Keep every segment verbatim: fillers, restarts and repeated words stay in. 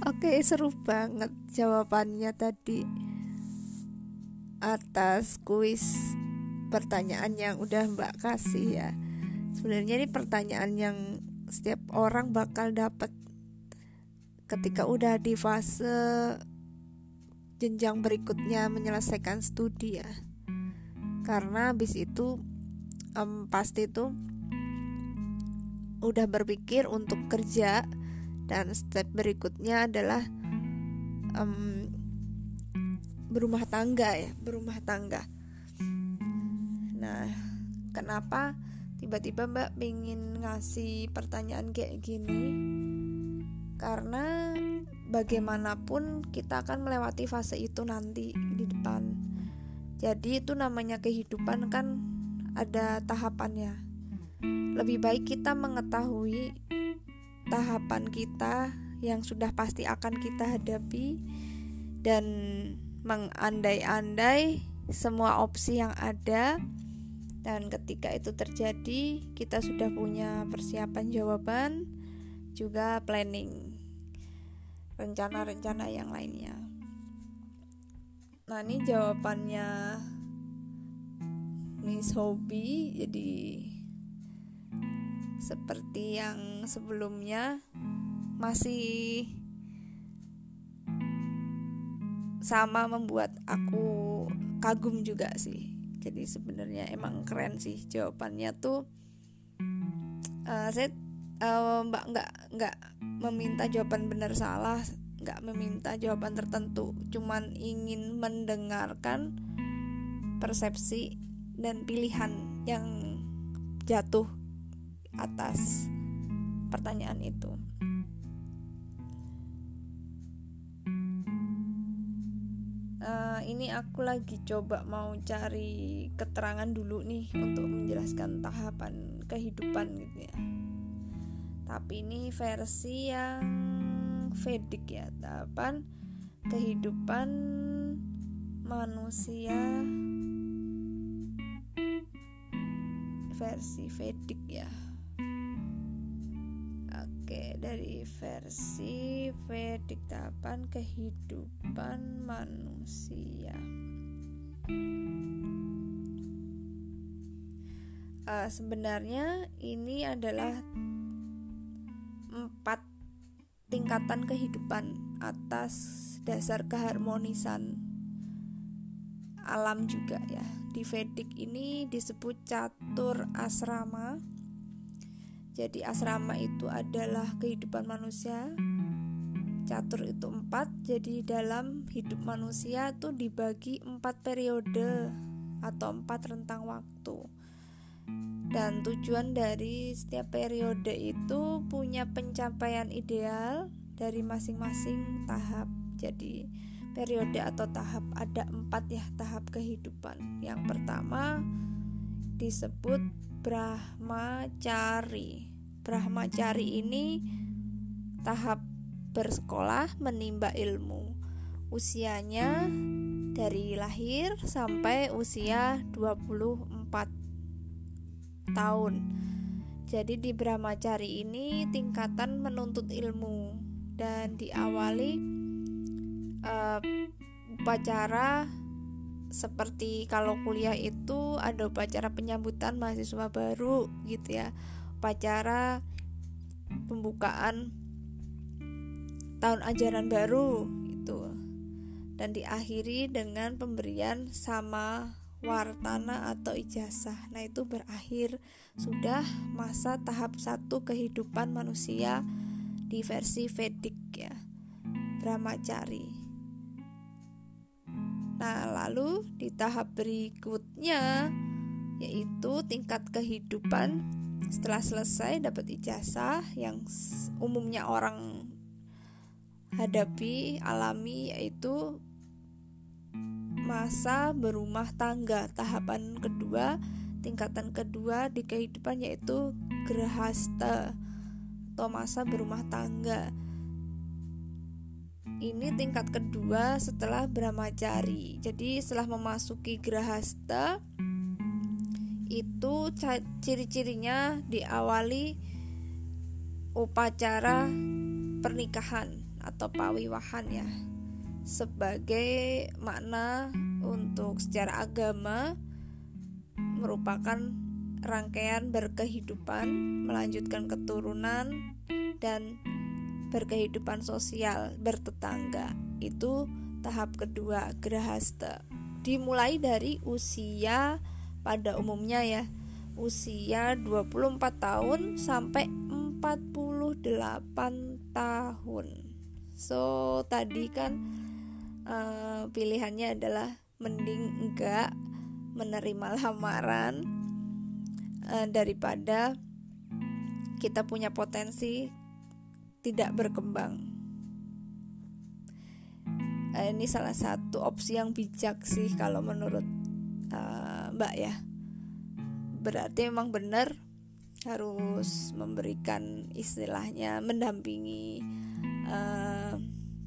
Oke, seru banget jawabannya tadi atas kuis pertanyaan yang udah Mbak kasih ya. Sebenarnya ini pertanyaan yang setiap orang bakal dapat ketika udah di fase jenjang berikutnya menyelesaikan studi ya. Karena habis itu um, pasti tuh udah berpikir untuk kerja, dan step berikutnya adalah um, berumah tangga ya, berumah tangga. Nah, kenapa tiba-tiba Mbak pengen ngasih pertanyaan kayak gini? Karena bagaimanapun kita akan melewati fase itu nanti di depan. Jadi itu namanya kehidupan kan ada tahapannya. Lebih baik kita mengetahui tahapan kita yang sudah pasti akan kita hadapi dan mengandai-andai semua opsi yang ada, dan ketika itu terjadi kita sudah punya persiapan jawaban, juga planning, rencana-rencana yang lainnya. Nah, ini jawabannya Miss Hobi. Jadi seperti yang sebelumnya masih sama membuat aku kagum juga sih. Jadi sebenarnya emang keren sih jawabannya tuh. Uh, saya uh, mbak nggak nggak meminta jawaban benar salah, nggak meminta jawaban tertentu, cuman ingin mendengarkan persepsi dan pilihan yang jatuh atas pertanyaan itu. Uh, ini aku lagi coba mau cari keterangan dulu nih untuk menjelaskan tahapan kehidupan gitu ya. Tapi ini versi yang Vedic ya, tahapan kehidupan manusia versi Vedic ya. Oke, dari versi Vedic tahapan kehidupan manusia. Uh, sebenarnya ini adalah empat tingkatan kehidupan atas dasar keharmonisan alam juga ya. Di Vedic ini disebut catur asrama. Jadi asrama itu adalah kehidupan manusia, catur itu empat. Jadi dalam hidup manusia tuh dibagi empat periode atau empat rentang waktu. Dan tujuan dari setiap periode itu punya pencapaian ideal dari masing-masing tahap. Jadi periode atau tahap ada empat ya, tahap kehidupan. Yang pertama disebut Brahmacari. Brahmacari ini tahap bersekolah menimba ilmu. Usianya dari lahir sampai usia dua puluh empat tahun. Jadi di Brahmacari ini tingkatan menuntut ilmu dan diawali uh, upacara. Seperti kalau kuliah itu ada upacara penyambutan mahasiswa baru gitu ya, upacara pembukaan tahun ajaran baru itu, dan diakhiri dengan pemberian sama wartana atau ijazah. Nah, itu berakhir sudah masa tahap satu kehidupan manusia di versi Vedic ya, Brahmacari. Nah, lalu di tahap berikutnya yaitu tingkat kehidupan setelah selesai dapat ijazah yang umumnya orang hadapi, alami, yaitu masa berumah tangga. Tahapan kedua, tingkatan kedua di kehidupan yaitu grahasta atau masa berumah tangga. Ini tingkat kedua setelah Brahmacari. Jadi setelah memasuki grahasta itu ciri-cirinya diawali upacara pernikahan atau pawiwahan ya, sebagai makna untuk secara agama merupakan rangkaian berkehidupan, melanjutkan keturunan dan berkehidupan sosial bertetangga. Itu tahap kedua, grahasta. Dimulai dari usia pada umumnya ya, usia dua puluh empat tahun sampai empat puluh delapan tahun. So tadi kan uh, pilihannya adalah mending enggak menerima lamaran uh, daripada kita punya potensi tidak berkembang. Uh, ini salah satu opsi yang bijak sih kalau menurut uh, Mbak ya. Berarti memang benar harus memberikan istilahnya mendampingi uh,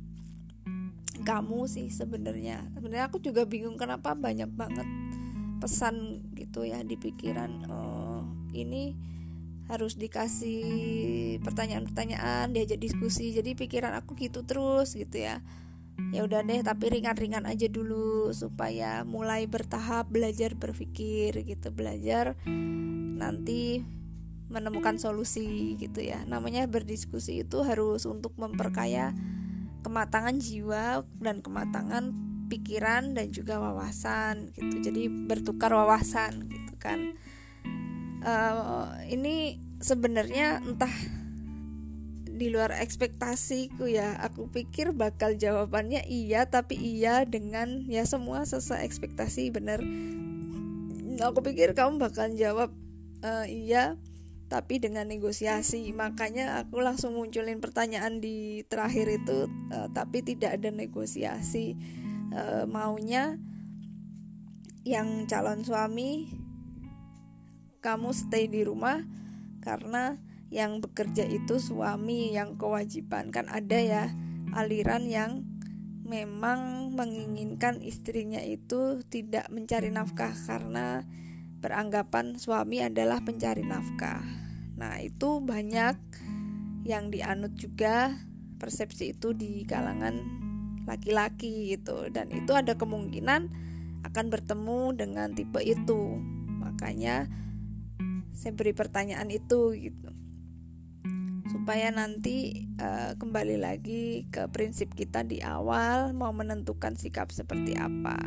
kamu sih sebenarnya. Sebenarnya aku juga bingung kenapa banyak banget pesan gitu ya di pikiran. Oh, ini harus dikasih pertanyaan-pertanyaan, diajak diskusi. Jadi pikiran aku gitu terus gitu ya. Ya udah deh, tapi ringan-ringan aja dulu supaya mulai bertahap belajar berpikir gitu, belajar nanti menemukan solusi gitu ya. Namanya berdiskusi itu harus untuk memperkaya kematangan jiwa dan kematangan pikiran dan juga wawasan gitu. Jadi bertukar wawasan gitu kan. Uh, ini sebenarnya entah di luar ekspektasiku ya. Aku pikir bakal jawabannya iya, tapi iya dengan ya semua sesuai ekspektasi, bener. Aku pikir kamu bakal jawab uh, iya tapi dengan negosiasi. Makanya aku langsung munculin pertanyaan di terakhir itu, uh, tapi tidak ada negosiasi. Uh, maunya yang calon suami kamu stay di rumah karena yang bekerja itu suami yang kewajiban. Kan ada ya aliran yang memang menginginkan istrinya itu tidak mencari nafkah karena beranggapan suami adalah pencari nafkah. Nah itu banyak yang dianut juga persepsi itu di kalangan laki-laki gitu. Dan itu ada kemungkinan akan bertemu dengan tipe itu. Makanya saya beri pertanyaan itu gitu, supaya nanti uh, kembali lagi ke prinsip kita di awal mau menentukan sikap seperti apa.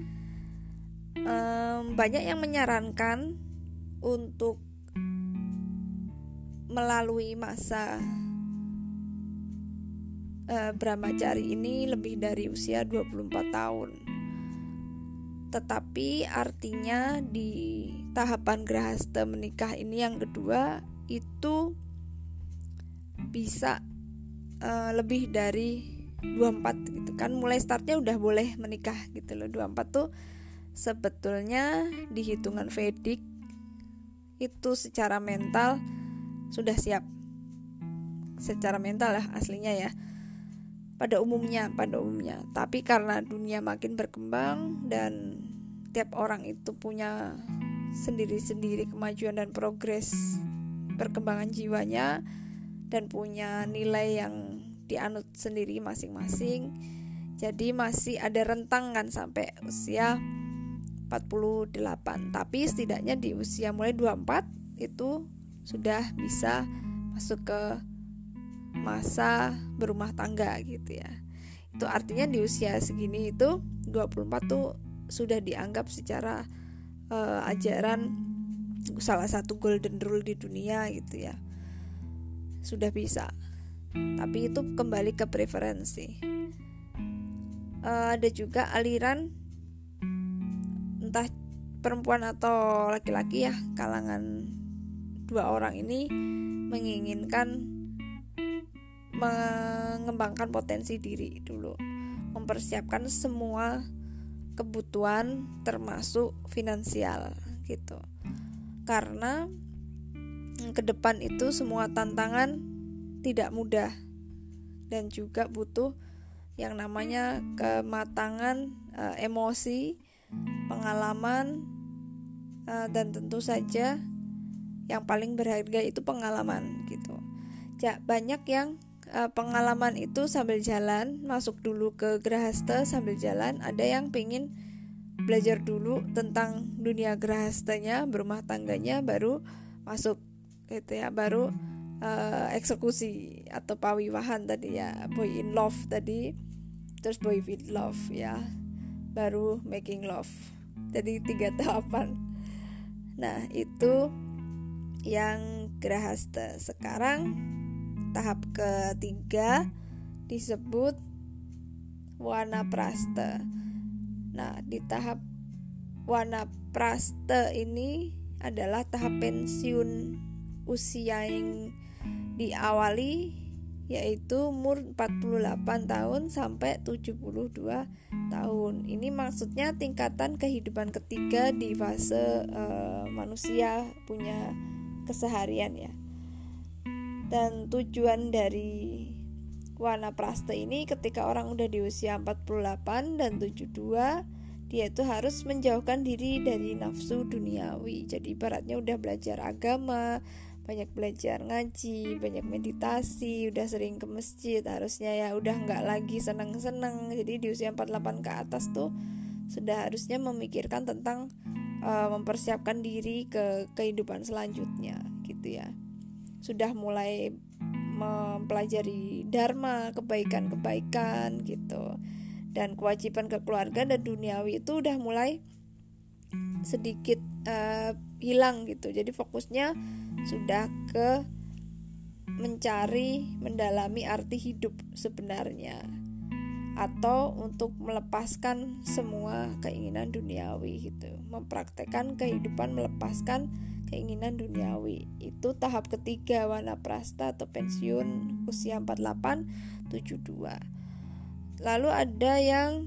Um, banyak yang menyarankan untuk melalui masa uh, brahmacari ini lebih dari usia dua puluh empat tahun. Tetapi artinya di tahapan grahasta menikah ini yang kedua itu bisa uh, lebih dari dua puluh empat gitu kan. Mulai startnya udah boleh menikah gitu loh. dua puluh empat tuh sebetulnya di hitungan Vedic itu secara mental sudah siap. Secara mental lah aslinya ya. Pada umumnya, pada umumnya. Tapi karena dunia makin berkembang dan tiap orang itu punya sendiri-sendiri kemajuan dan progres perkembangan jiwanya dan punya nilai yang dianut sendiri masing-masing. Jadi masih ada rentang kan sampai usia empat puluh delapan. Tapi setidaknya di usia mulai dua puluh empat itu sudah bisa masuk ke masa berumah tangga gitu ya. Itu artinya di usia segini itu dua puluh empat tuh sudah dianggap secara uh, ajaran salah satu golden rule di dunia gitu ya. Sudah bisa. Tapi itu kembali ke preferensi. Uh, ada juga aliran entah perempuan atau laki-laki ya, kalangan dua orang ini menginginkan mengembangkan potensi diri dulu, mempersiapkan semua kebutuhan termasuk finansial gitu. Karena ke depan itu semua tantangan tidak mudah dan juga butuh yang namanya kematangan e, emosi, pengalaman, e, dan tentu saja yang paling berharga itu pengalaman gitu. Ja, banyak yang uh, pengalaman itu sambil jalan, masuk dulu ke Grahasta sambil jalan. Ada yang pengen belajar dulu tentang dunia Grahastanya, berumah tangganya, baru masuk gitu ya, baru uh, eksekusi atau pawiwahan tadi ya, boy in love tadi, terus boy with love ya, baru making love. Jadi tiga tahapan. Nah itu yang Grahasta. Sekarang tahap ketiga disebut Wanaprastha. Nah di tahap Wanaprastha ini adalah tahap pensiun usia yang diawali, yaitu umur empat puluh delapan tahun sampai tujuh puluh dua tahun. Ini maksudnya tingkatan kehidupan ketiga di fase uh, manusia punya keseharian ya. Dan tujuan dari Wanaprastha ini ketika orang udah di usia empat puluh delapan dan tujuh puluh dua, dia itu harus menjauhkan diri dari nafsu duniawi. Jadi ibaratnya udah belajar agama, banyak belajar ngaji, banyak meditasi, udah sering ke masjid, harusnya ya udah nggak lagi seneng-seneng. Jadi di usia empat puluh delapan ke atas tuh sudah harusnya memikirkan tentang uh, mempersiapkan diri ke kehidupan selanjutnya gitu ya. Sudah mulai mempelajari dharma, kebaikan-kebaikan gitu. Dan kewajiban ke keluarga dan duniawi itu udah mulai sedikit uh, hilang gitu. Jadi fokusnya sudah ke mencari, mendalami arti hidup sebenarnya, atau untuk melepaskan semua keinginan duniawi gitu, mempraktekkan kehidupan melepaskan keinginan duniawi. Itu tahap ketiga Wanaprastha atau pensiun usia empat puluh delapan tujuh puluh dua. Lalu ada yang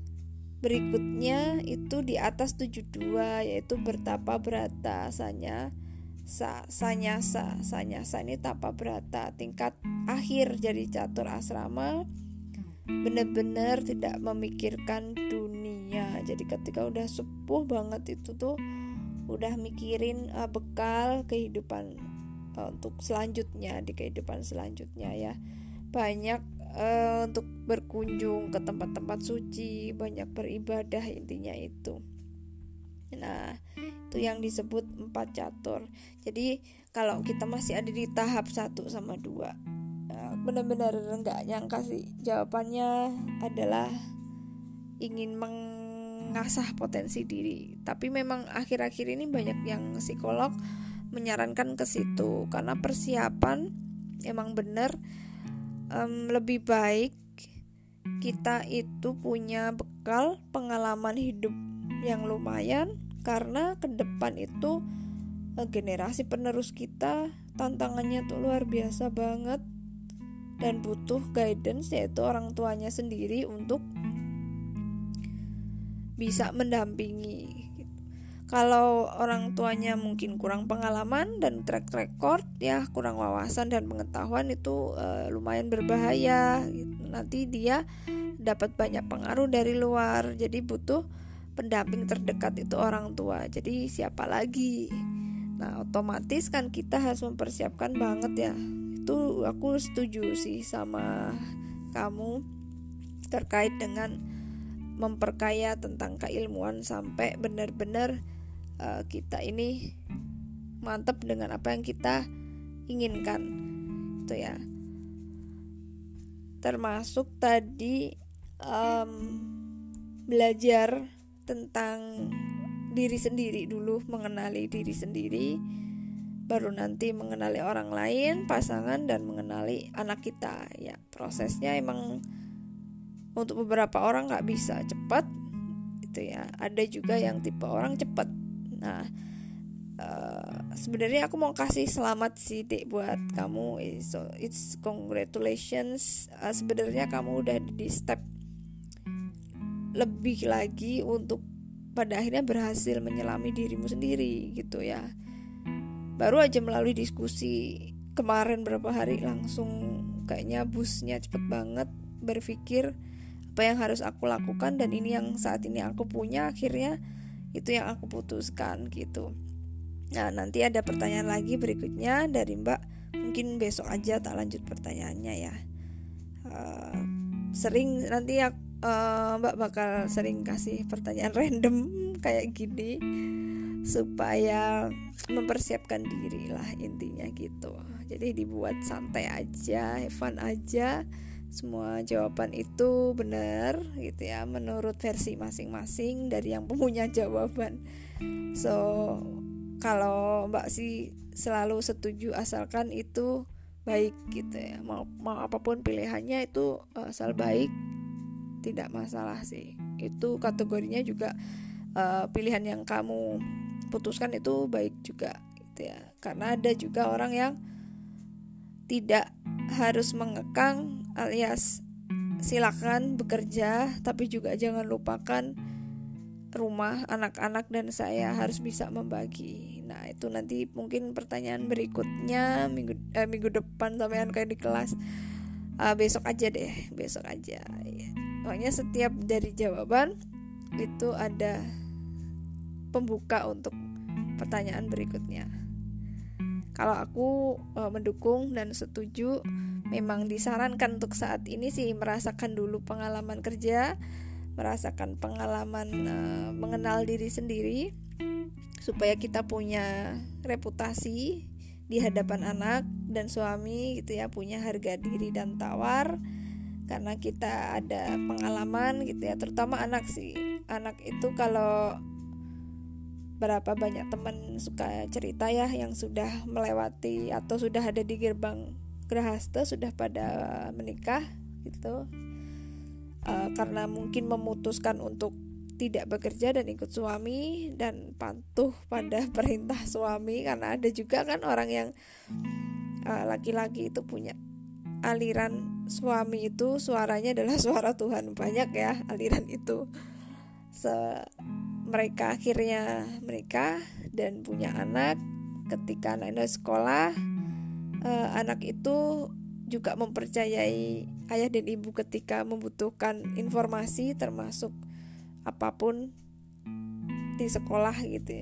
berikutnya itu di atas tujuh puluh dua, yaitu bertapa brata sanya sa sanyasa. Sanyasa ini tapa brata, tingkat akhir jadi catur asrama, benar-benar tidak memikirkan dunia. Jadi ketika udah sepuh banget itu tuh udah mikirin uh, bekal kehidupan uh, untuk selanjutnya, di kehidupan selanjutnya ya. Banyak uh, untuk berkunjung ke tempat-tempat suci, banyak beribadah, intinya itu. Nah, itu yang disebut empat catur. Jadi kalau kita masih ada di tahap satu sama dua, benar-benar enggak nyangka sih, jawabannya adalah ingin mengasah potensi diri. Tapi memang akhir-akhir ini banyak yang psikolog menyarankan ke situ, karena persiapan emang benar um, lebih baik kita itu punya bekal pengalaman hidup yang lumayan, karena ke depan itu generasi penerus kita tantangannya tuh luar biasa banget dan butuh guidance, yaitu orang tuanya sendiri untuk bisa mendampingi. Kalau orang tuanya mungkin kurang pengalaman dan track record ya, kurang wawasan dan pengetahuan, itu uh, lumayan berbahaya gitu. Nanti dia dapat banyak pengaruh dari luar, jadi butuh pendamping terdekat itu orang tua. Jadi siapa lagi? Nah, otomatis kan kita harus mempersiapkan banget ya. Itu aku setuju sih sama kamu terkait dengan memperkaya tentang keilmuan sampai benar-benar uh, kita ini mantap dengan apa yang kita inginkan. Itu ya. Termasuk tadi um, belajar tentang diri sendiri dulu, mengenali diri sendiri, baru nanti mengenali orang lain, pasangan, dan mengenali anak kita. Ya, prosesnya emang untuk beberapa orang nggak bisa cepat, itu ya. Ada juga yang tipe orang cepat. Nah, uh, sebenarnya aku mau kasih selamat sih dek buat kamu. So it's congratulations. Uh, sebenarnya kamu udah di step lebih lagi untuk pada akhirnya berhasil menyelami dirimu sendiri gitu ya. Baru aja melalui diskusi kemarin berapa hari langsung kayaknya busnya cepet banget berpikir apa yang harus aku lakukan, dan ini yang saat ini aku punya, akhirnya itu yang aku putuskan gitu. Nah, nanti ada pertanyaan lagi berikutnya dari Mbak mungkin besok aja tak lanjut pertanyaannya ya. uh, Sering nanti ya uh, Mbak bakal sering kasih pertanyaan random kayak gini supaya mempersiapkan diri lah intinya gitu. Jadi dibuat santai aja, have fun aja. Semua jawaban itu benar gitu ya, menurut versi masing-masing dari yang punya jawaban. So kalau Mbak sih selalu setuju asalkan itu baik gitu ya. Mau mau apapun pilihannya itu asal baik, tidak masalah sih. Itu kategorinya juga uh, pilihan yang kamu putuskan itu baik juga gitu ya. Karena ada juga orang yang tidak harus mengekang, alias silakan bekerja tapi juga jangan lupakan rumah, anak-anak, dan saya harus bisa membagi. Nah itu nanti mungkin pertanyaan berikutnya minggu eh, minggu depan sampean kayak di kelas. uh, besok aja deh besok aja ya. Pokoknya setiap dari jawaban itu ada pembuka untuk pertanyaan berikutnya. Kalau aku e, mendukung dan setuju, memang disarankan untuk saat ini sih merasakan dulu pengalaman kerja, merasakan pengalaman e, mengenal diri sendiri, supaya kita punya reputasi di hadapan anak dan suami gitu ya, punya harga diri dan tawar, karena kita ada pengalaman gitu ya, terutama anak sih. Anak itu kalau berapa banyak teman suka cerita ya yang sudah melewati atau sudah ada di gerbang Grahasta, sudah pada menikah gitu, uh, karena mungkin memutuskan untuk tidak bekerja dan ikut suami dan patuh pada perintah suami. Karena ada juga kan orang yang uh, laki-laki itu punya aliran suami itu suaranya adalah suara Tuhan, banyak ya aliran itu. Se- mereka akhirnya menikah dan punya anak. Ketika anak-anak sekolah, eh, anak itu juga mempercayai ayah dan ibu ketika membutuhkan informasi termasuk apapun di sekolah gitu ya.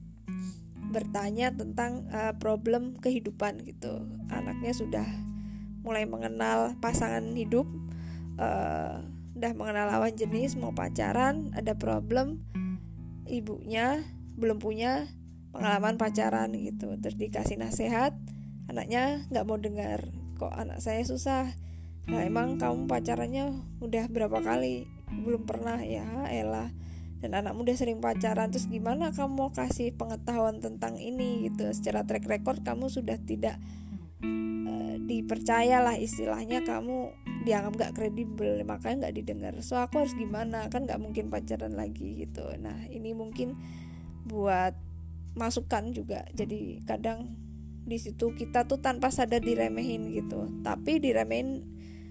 Bertanya tentang uh, problem kehidupan gitu. Anaknya sudah mulai mengenal pasangan hidup, uh, udah mengenal lawan jenis, mau pacaran, ada problem, ibunya belum punya pengalaman pacaran gitu, terus dikasih nasihat, anaknya nggak mau dengar. Kok anak saya susah? Nah emang kamu pacarannya udah berapa kali? Belum pernah. Ya elah, dan anakmu udah sering pacaran, terus gimana kamu mau kasih pengetahuan tentang ini gitu? Secara track record kamu sudah tidak uh, dipercaya lah istilahnya, kamu dianggap gak kredibel, makanya gak didengar. So aku harus gimana, kan gak mungkin pacaran lagi gitu. Nah ini mungkin buat masukan juga. Jadi kadang di situ kita tuh tanpa sadar diremehin gitu, tapi diremehin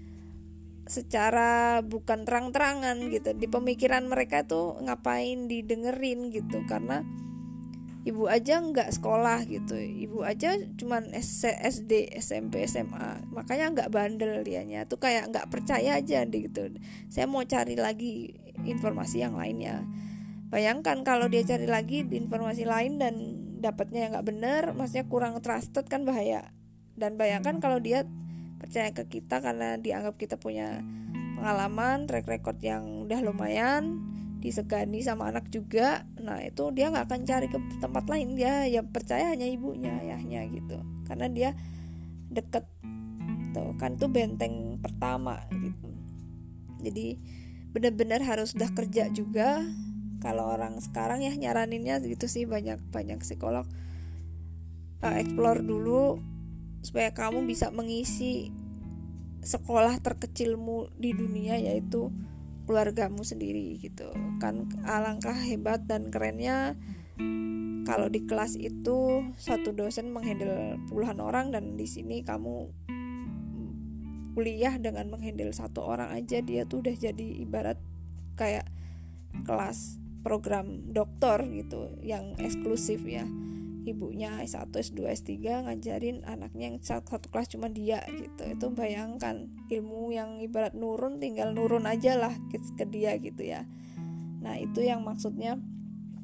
secara bukan terang-terangan gitu. Di pemikiran mereka tuh ngapain didengerin gitu, karena ibu aja nggak sekolah gitu, ibu aja cuman S D, S M P, S M A, makanya nggak bandel dianya tuh, kayak nggak percaya aja gitu. Saya mau cari lagi informasi yang lainnya. Bayangkan kalau dia cari lagi di informasi lain dan dapatnya yang nggak benar, maksudnya kurang trusted, kan bahaya. Dan bayangkan kalau dia percaya ke kita karena dianggap kita punya pengalaman, track record yang udah lumayan, disegani sama anak juga. Nah itu dia nggak akan cari ke tempat lain, dia ya percaya hanya ibunya, ayahnya gitu, karena dia deket tuh kan, tuh benteng pertama gitu. Jadi benar-benar harus udah kerja juga. Kalau orang sekarang ya nyaraninnya gitu sih, banyak banyak psikolog uh, explore dulu supaya kamu bisa mengisi sekolah terkecilmu di dunia, yaitu keluargamu sendiri gitu kan. Alangkah hebat dan kerennya kalau di kelas itu satu dosen menghandle puluhan orang, dan di sini kamu kuliah dengan menghandle satu orang aja, dia tuh udah jadi ibarat kayak kelas program doktor gitu yang eksklusif ya. Ibunya S satu, S dua, S tiga ngajarin anaknya yang satu, satu kelas cuma dia gitu. Itu bayangkan ilmu yang ibarat nurun, tinggal nurun aja lah ke, ke dia gitu ya. Nah itu yang maksudnya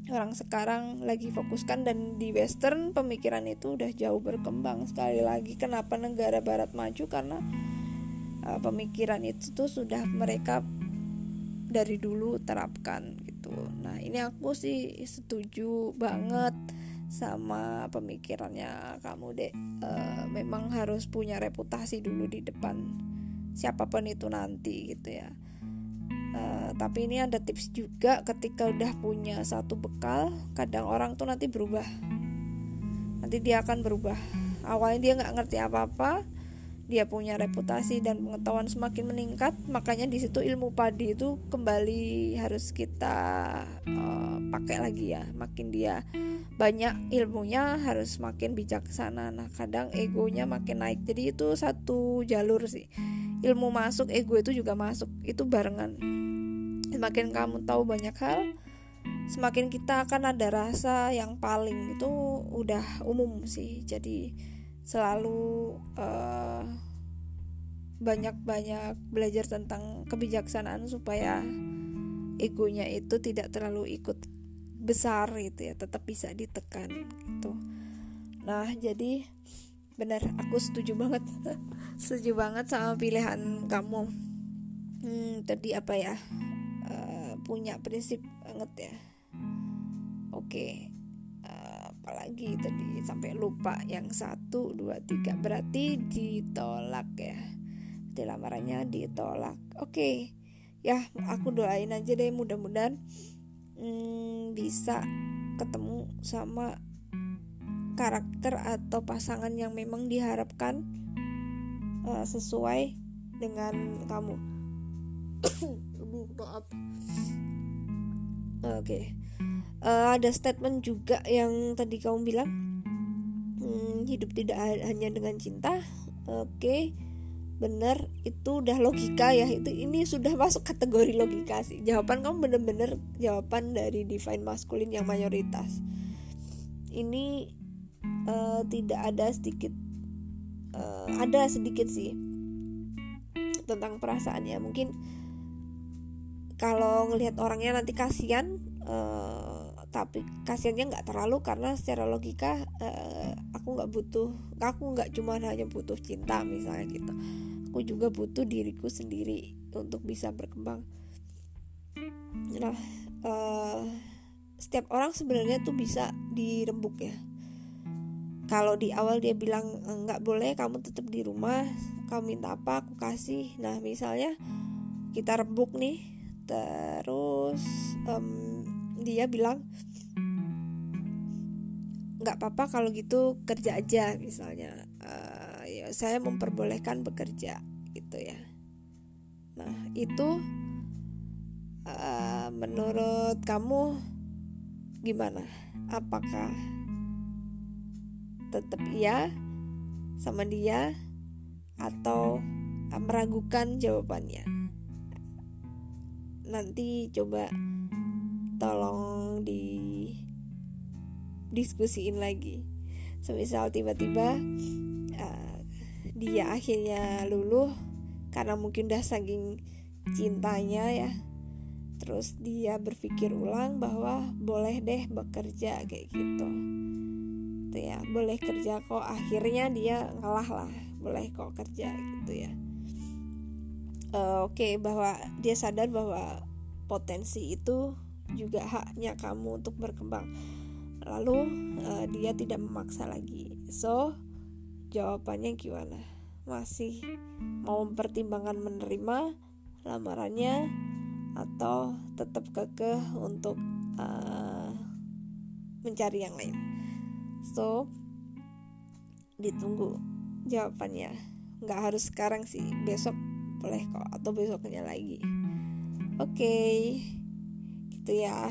orang sekarang lagi fokuskan, dan di western pemikiran itu udah jauh berkembang. Sekali lagi, kenapa negara barat maju? Karena uh, pemikiran itu tuh sudah mereka dari dulu terapkan gitu. Nah, ini aku sih setuju banget sama pemikirannya kamu, Dek. Uh, memang harus punya reputasi dulu di depan siapapun itu nanti gitu ya. Uh, tapi ini ada tips juga, ketika udah punya satu bekal, kadang orang tuh nanti berubah. Nanti dia akan berubah. Awalnya dia nggak ngerti apa-apa, dia punya reputasi dan pengetahuan semakin meningkat, makanya di situ ilmu padi itu kembali harus kita uh, pakai lagi ya. Makin dia banyak ilmunya, harus makin bijaksana. Nah, kadang egonya makin naik. Jadi itu satu jalur sih. Ilmu masuk, ego itu juga masuk, itu barengan. Semakin kamu tahu banyak hal, semakin kita akan ada rasa yang paling, itu udah umum sih. Jadi selalu uh, banyak-banyak belajar tentang kebijaksanaan supaya egonya itu tidak terlalu ikut besar gitu ya, tetap bisa ditekan gitu. Nah, jadi benar, aku setuju banget setuju banget sama pilihan kamu. Hmm, tadi apa ya? Uh, punya prinsip banget ya. Oke. Uh, apalagi tadi sampai lupa yang satu, dua, tiga. Berarti ditolak ya. Di lamarannya ditolak. Oke. Ya, aku doain aja deh, mudah-mudahan hmm, bisa ketemu sama karakter atau pasangan yang memang diharapkan uh, sesuai dengan kamu. Maaf. Oke. Okay. Uh, ada statement juga yang tadi kamu bilang, hmm, hidup tidak hanya dengan cinta. Oke, okay. Benar, itu udah logika ya. Itu ini sudah masuk kategori logika sih. Jawaban kamu bener-bener jawaban dari divine masculine yang mayoritas. Ini uh, tidak ada sedikit, uh, ada sedikit sih tentang perasaannya. Mungkin kalau ngelihat orangnya nanti kasihan, uh, tapi kasihannya nggak terlalu, karena secara logika uh, aku nggak butuh, aku nggak cuma hanya butuh cinta misalnya gitu, aku juga butuh diriku sendiri untuk bisa berkembang. Nah, uh, setiap orang sebenarnya tuh bisa dirembuk ya. Kalau di awal dia bilang nggak boleh, kamu tetap di rumah, kamu minta apa aku kasih. Nah, misalnya kita rembuk nih, terus um, dia bilang nggak apa-apa kalau gitu, kerja aja misalnya, uh, ya saya memperbolehkan bekerja gitu ya. Nah, itu uh, menurut kamu gimana? Apakah tetap iya sama dia atau uh, meragukan jawabannya? Nanti coba tolong di diskusiin lagi. Semisal tiba-tiba uh, dia akhirnya luluh karena mungkin udah saking cintanya ya, terus dia berpikir ulang bahwa boleh deh bekerja kayak gitu tuh ya, boleh kerja kok. Akhirnya dia ngalah lah, boleh kok kerja gitu ya. Uh, Oke, okay, bahwa dia sadar bahwa potensi itu juga haknya kamu untuk berkembang. Lalu uh, dia tidak memaksa lagi. So, jawabannya gimana? Masih mau mempertimbangkan menerima lamarannya atau tetap kekeh untuk uh, mencari yang lain? So, ditunggu jawabannya. Nggak harus sekarang sih, besok boleh kok, atau besoknya lagi. Oke, okay, gitu ya.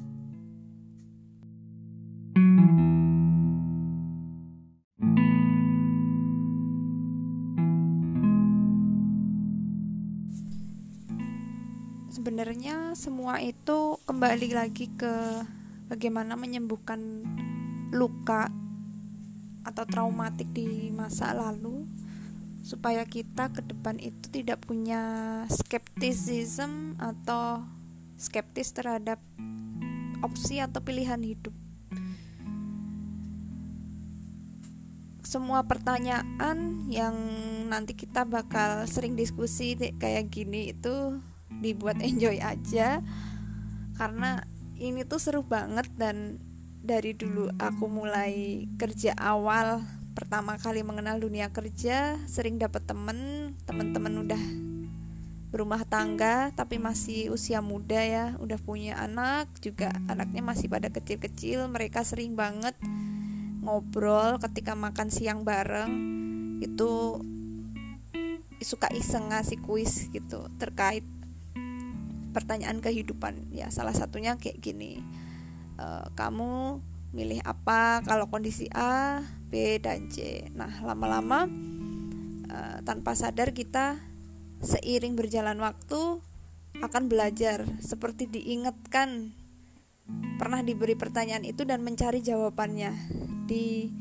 Sebenarnya semua itu kembali lagi ke bagaimana menyembuhkan luka atau traumatik di masa lalu, supaya kita ke depan itu tidak punya skeptisism atau skeptis terhadap opsi atau pilihan hidup. Semua pertanyaan yang nanti kita bakal sering diskusi kayak gini itu dibuat enjoy aja, karena ini tuh seru banget. Dan dari dulu aku mulai kerja awal, pertama kali mengenal dunia kerja, sering dapat temen, teman-teman udah berumah tangga tapi masih usia muda ya, udah punya anak juga, anaknya masih pada kecil-kecil. Mereka sering banget ngobrol ketika makan siang bareng, itu suka iseng ngasih kuis gitu terkait pertanyaan kehidupan ya. Salah satunya kayak gini, e, kamu milih apa kalau kondisi A, B, dan C. Nah, lama-lama e, tanpa sadar kita seiring berjalan waktu akan belajar, seperti diingatkan, pernah diberi pertanyaan itu dan mencari jawabannya di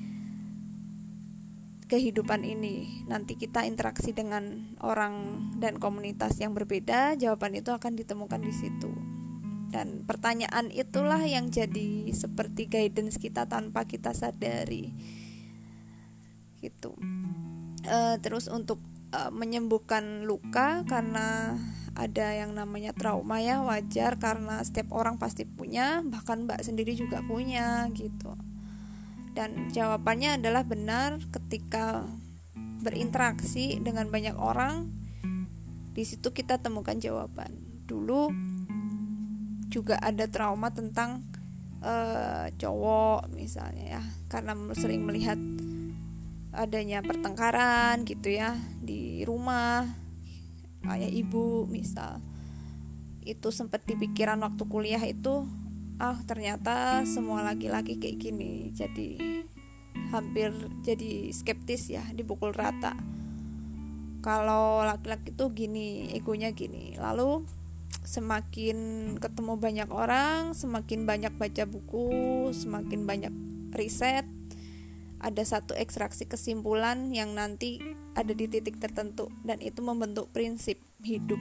kehidupan ini. Nanti kita interaksi dengan orang dan komunitas yang berbeda, jawaban itu akan ditemukan di situ. Dan pertanyaan itulah yang jadi seperti guidance kita tanpa kita sadari. Gitu. E, terus untuk e, menyembuhkan luka, karena ada yang namanya trauma ya, wajar karena setiap orang pasti punya, bahkan Mbak sendiri juga punya gitu. Dan jawabannya adalah benar ketika berinteraksi dengan banyak orang, di situ kita temukan jawaban. Dulu juga ada trauma tentang uh, cowok misalnya ya, karena sering melihat adanya pertengkaran gitu ya di rumah, ayah ibu misal. Itu sempat di pikiran waktu kuliah itu, ah ternyata semua laki-laki kayak gini, jadi hampir jadi skeptis ya, dipukul rata. Kalau laki-laki tuh gini, egonya gini. Lalu semakin ketemu banyak orang, semakin banyak baca buku, semakin banyak riset, ada satu ekstraksi kesimpulan yang nanti ada di titik tertentu, dan itu membentuk prinsip hidup.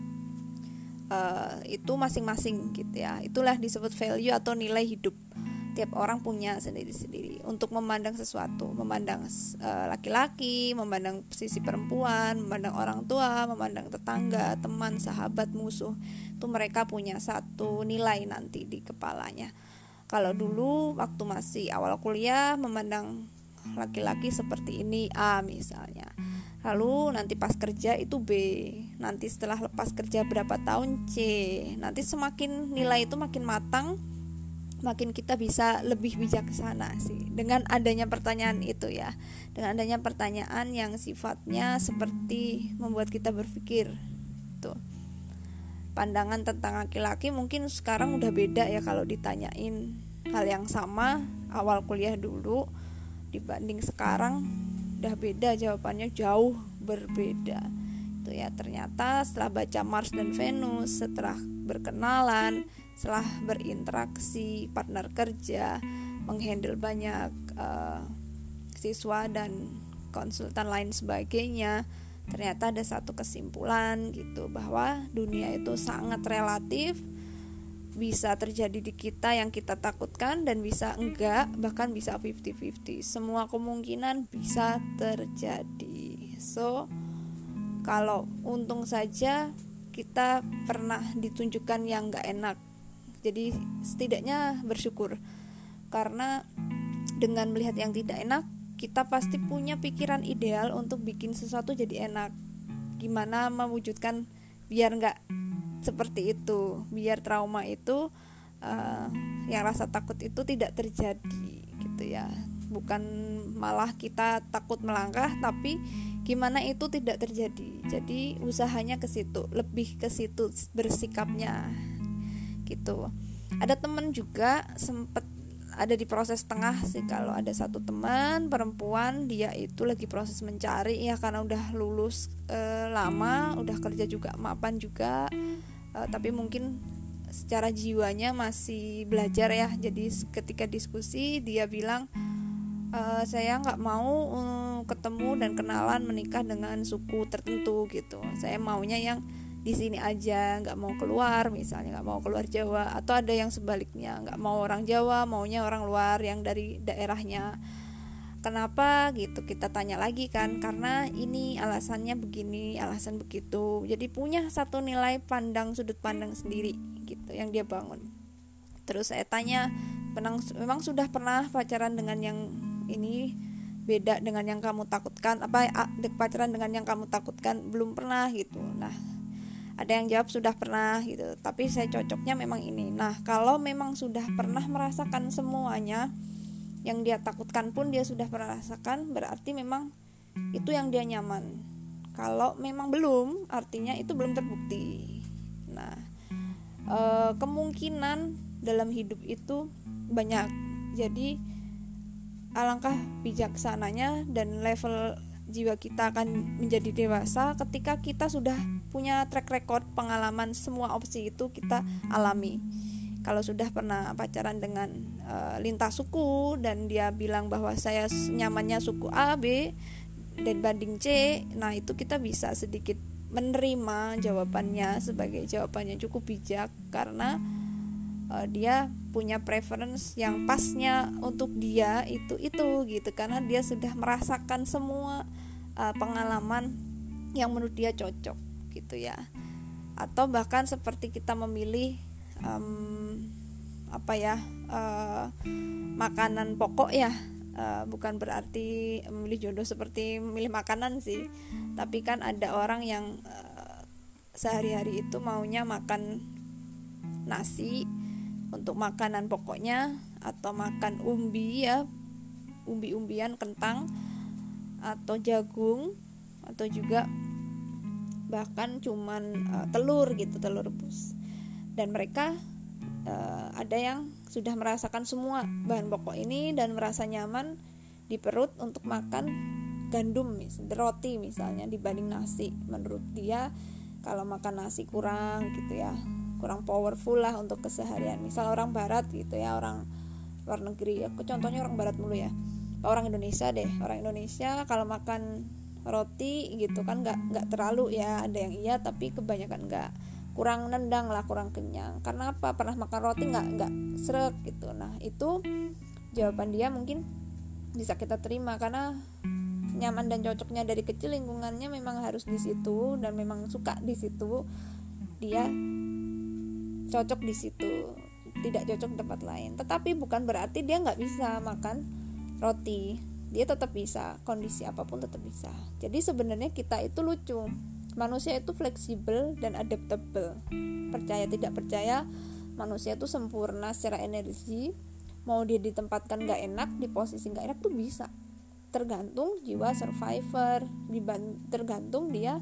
Uh, itu masing-masing gitu ya. Itulah disebut value atau nilai hidup. Tiap orang punya sendiri-sendiri untuk memandang sesuatu, memandang uh, laki-laki, memandang sisi perempuan, memandang orang tua, memandang tetangga, teman, sahabat, musuh. Itu mereka punya satu nilai nanti di kepalanya. Kalau dulu waktu masih awal kuliah memandang laki-laki seperti ini, A misalnya. Lalu nanti pas kerja itu B, nanti setelah lepas kerja berapa tahun C. Nanti semakin nilai itu makin matang, makin kita bisa lebih bijaksana sih dengan adanya pertanyaan itu ya. Dengan adanya pertanyaan yang sifatnya seperti membuat kita berpikir tuh. Pandangan tentang laki-laki mungkin sekarang udah beda ya, kalau ditanyain hal yang sama awal kuliah dulu dibanding sekarang udah beda, jawabannya jauh berbeda. Itu ya, ternyata setelah baca Mars dan Venus, setelah berkenalan, setelah berinteraksi, partner kerja, menghandle banyak uh, siswa dan konsultan lain sebagainya, ternyata ada satu kesimpulan gitu, bahwa dunia itu sangat relatif. Bisa terjadi di kita yang kita takutkan dan bisa enggak, bahkan bisa fifty-fifty. Semua kemungkinan bisa terjadi. So, kalau untung saja kita pernah ditunjukkan yang enggak enak, jadi setidaknya bersyukur. Karena dengan melihat yang tidak enak, kita pasti punya pikiran ideal untuk bikin sesuatu jadi enak. Gimana mewujudkan biar enggak seperti itu, biar trauma itu uh, yang rasa takut itu tidak terjadi gitu ya. Bukan malah kita takut melangkah, tapi gimana itu tidak terjadi. Jadi usahanya ke situ, lebih ke situ bersikapnya gitu. Ada teman juga sempet ada di proses tengah sih. Kalau ada satu teman perempuan, dia itu lagi proses mencari ya, karena udah lulus uh, lama, udah kerja juga, mapan juga. Uh, tapi mungkin secara jiwanya masih belajar ya. Jadi ketika diskusi dia bilang, e, saya nggak mau uh, ketemu dan kenalan menikah dengan suku tertentu gitu. Saya maunya yang di sini aja, nggak mau keluar, misalnya nggak mau keluar Jawa, atau ada yang sebaliknya, nggak mau orang Jawa, maunya orang luar yang dari daerahnya. Kenapa gitu, kita tanya lagi kan, karena ini alasannya begini, alasan begitu. Jadi punya satu nilai pandang, sudut pandang sendiri gitu yang dia bangun. Terus saya tanya, memang, memang sudah pernah pacaran dengan yang ini beda dengan yang kamu takutkan, apa pacaran dengan yang kamu takutkan? Belum pernah gitu. Nah, ada yang jawab sudah pernah gitu, tapi saya cocoknya memang ini. Nah, kalau memang sudah pernah merasakan semuanya yang dia takutkan pun dia sudah pernah rasakan, berarti memang itu yang dia nyaman. Kalau memang belum, artinya itu belum terbukti. Nah, e, kemungkinan dalam hidup itu banyak. Jadi alangkah bijaksananya dan level jiwa kita akan menjadi dewasa ketika kita sudah punya track record pengalaman semua opsi itu kita alami. Kalau sudah pernah pacaran dengan e, lintas suku dan dia bilang bahwa saya nyamannya suku A, B dan banding C, nah itu kita bisa sedikit menerima jawabannya sebagai jawabannya cukup bijak, karena e, dia punya preference yang pasnya untuk dia itu itu gitu, karena dia sudah merasakan semua uh, pengalaman yang menurut dia cocok gitu ya. Atau bahkan seperti kita memilih um, apa ya uh, makanan pokok ya, uh, bukan berarti memilih jodoh seperti memilih makanan sih, tapi kan ada orang yang uh, sehari-hari itu maunya makan nasi untuk makanan pokoknya, atau makan umbi ya, umbi-umbian, kentang atau jagung, atau juga bahkan cuman uh, telur gitu, telur rebus. Dan mereka uh, ada yang sudah merasakan semua bahan pokok ini dan merasa nyaman di perut untuk makan gandum, misalnya roti misalnya dibanding nasi. Menurut dia kalau makan nasi kurang gitu ya, kurang powerful lah untuk keseharian. Misal orang barat gitu ya, orang luar negeri, aku contohnya orang barat mulu ya, orang Indonesia deh, orang Indonesia kalau makan roti gitu kan nggak nggak terlalu ya, ada yang iya tapi kebanyakan nggak, kurang nendang lah, kurang kenyang. Karena apa? Pernah makan roti nggak nggak srek gitu. Nah itu jawaban dia mungkin bisa kita terima karena nyaman dan cocoknya dari kecil, lingkungannya memang harus di situ dan memang suka di situ, dia cocok di situ, tidak cocok di tempat lain. Tetapi bukan berarti dia nggak bisa makan roti, dia tetap bisa, kondisi apapun tetap bisa. Jadi sebenarnya kita itu lucu, manusia itu fleksibel dan adaptable. Percaya tidak percaya, manusia itu sempurna secara energi. Mau dia ditempatkan nggak enak, di posisi nggak enak tuh bisa. Tergantung jiwa survivor, tergantung dia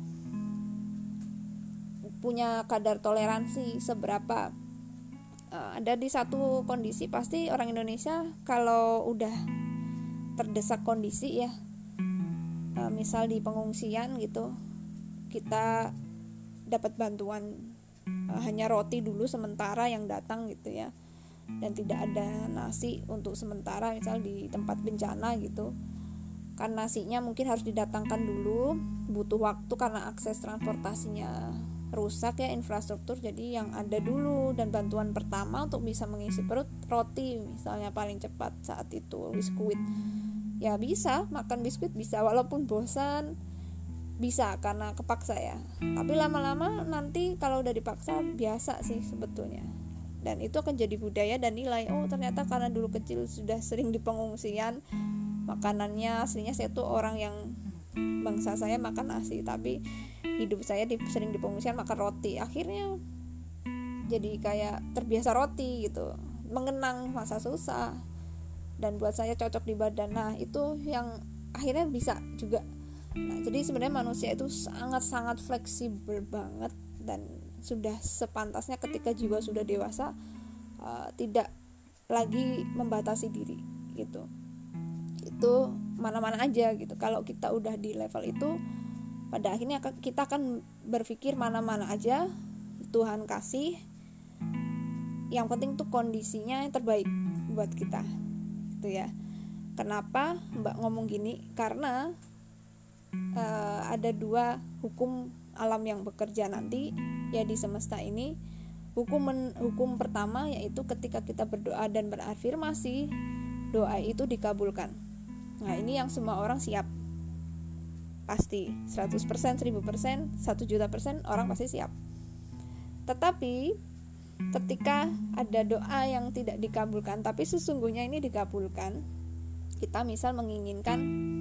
punya kadar toleransi seberapa. Uh, ada di satu kondisi pasti orang Indonesia kalau udah terdesak kondisi ya, uh, misal di pengungsian gitu, kita dapat bantuan uh, hanya roti dulu sementara yang datang gitu ya, dan tidak ada nasi untuk sementara misal di tempat bencana gitu. Kan nasinya mungkin harus didatangkan dulu, butuh waktu karena akses transportasinya rusak ya, infrastruktur. Jadi yang ada dulu, dan bantuan pertama untuk bisa mengisi perut roti misalnya paling cepat saat itu, biskuit ya bisa, makan biskuit bisa walaupun bosan bisa karena kepaksa ya, tapi lama-lama nanti kalau udah dipaksa biasa sih sebetulnya, dan itu akan jadi budaya dan nilai. Oh ternyata karena dulu kecil sudah sering di pengungsian, makanannya aslinya saya tuh orang yang bangsa saya makan nasi, tapi hidup saya di, sering di pengungsian makan roti. Akhirnya jadi kayak terbiasa roti gitu, mengenang masa susah, dan buat saya cocok di badan. Nah itu yang akhirnya bisa juga. Nah jadi sebenarnya manusia itu sangat-sangat fleksibel banget, dan sudah sepantasnya ketika jiwa sudah dewasa uh, tidak lagi membatasi diri gitu. Itu mana-mana aja gitu. Kalau kita udah di level itu, pada akhirnya kita akan berpikir mana-mana aja Tuhan kasih, yang penting tuh kondisinya yang terbaik buat kita gitu ya. Kenapa Mbak ngomong gini? Karena uh, ada dua hukum alam yang bekerja nanti ya di semesta ini, hukum men, hukum pertama yaitu ketika kita berdoa dan berafirmasi, doa itu dikabulkan. Nah, ini yang semua orang siap. Pasti seratus persen, seribu persen, satu juta persen orang pasti siap. Tetapi ketika ada doa yang tidak dikabulkan tapi sesungguhnya ini dikabulkan, kita misal menginginkan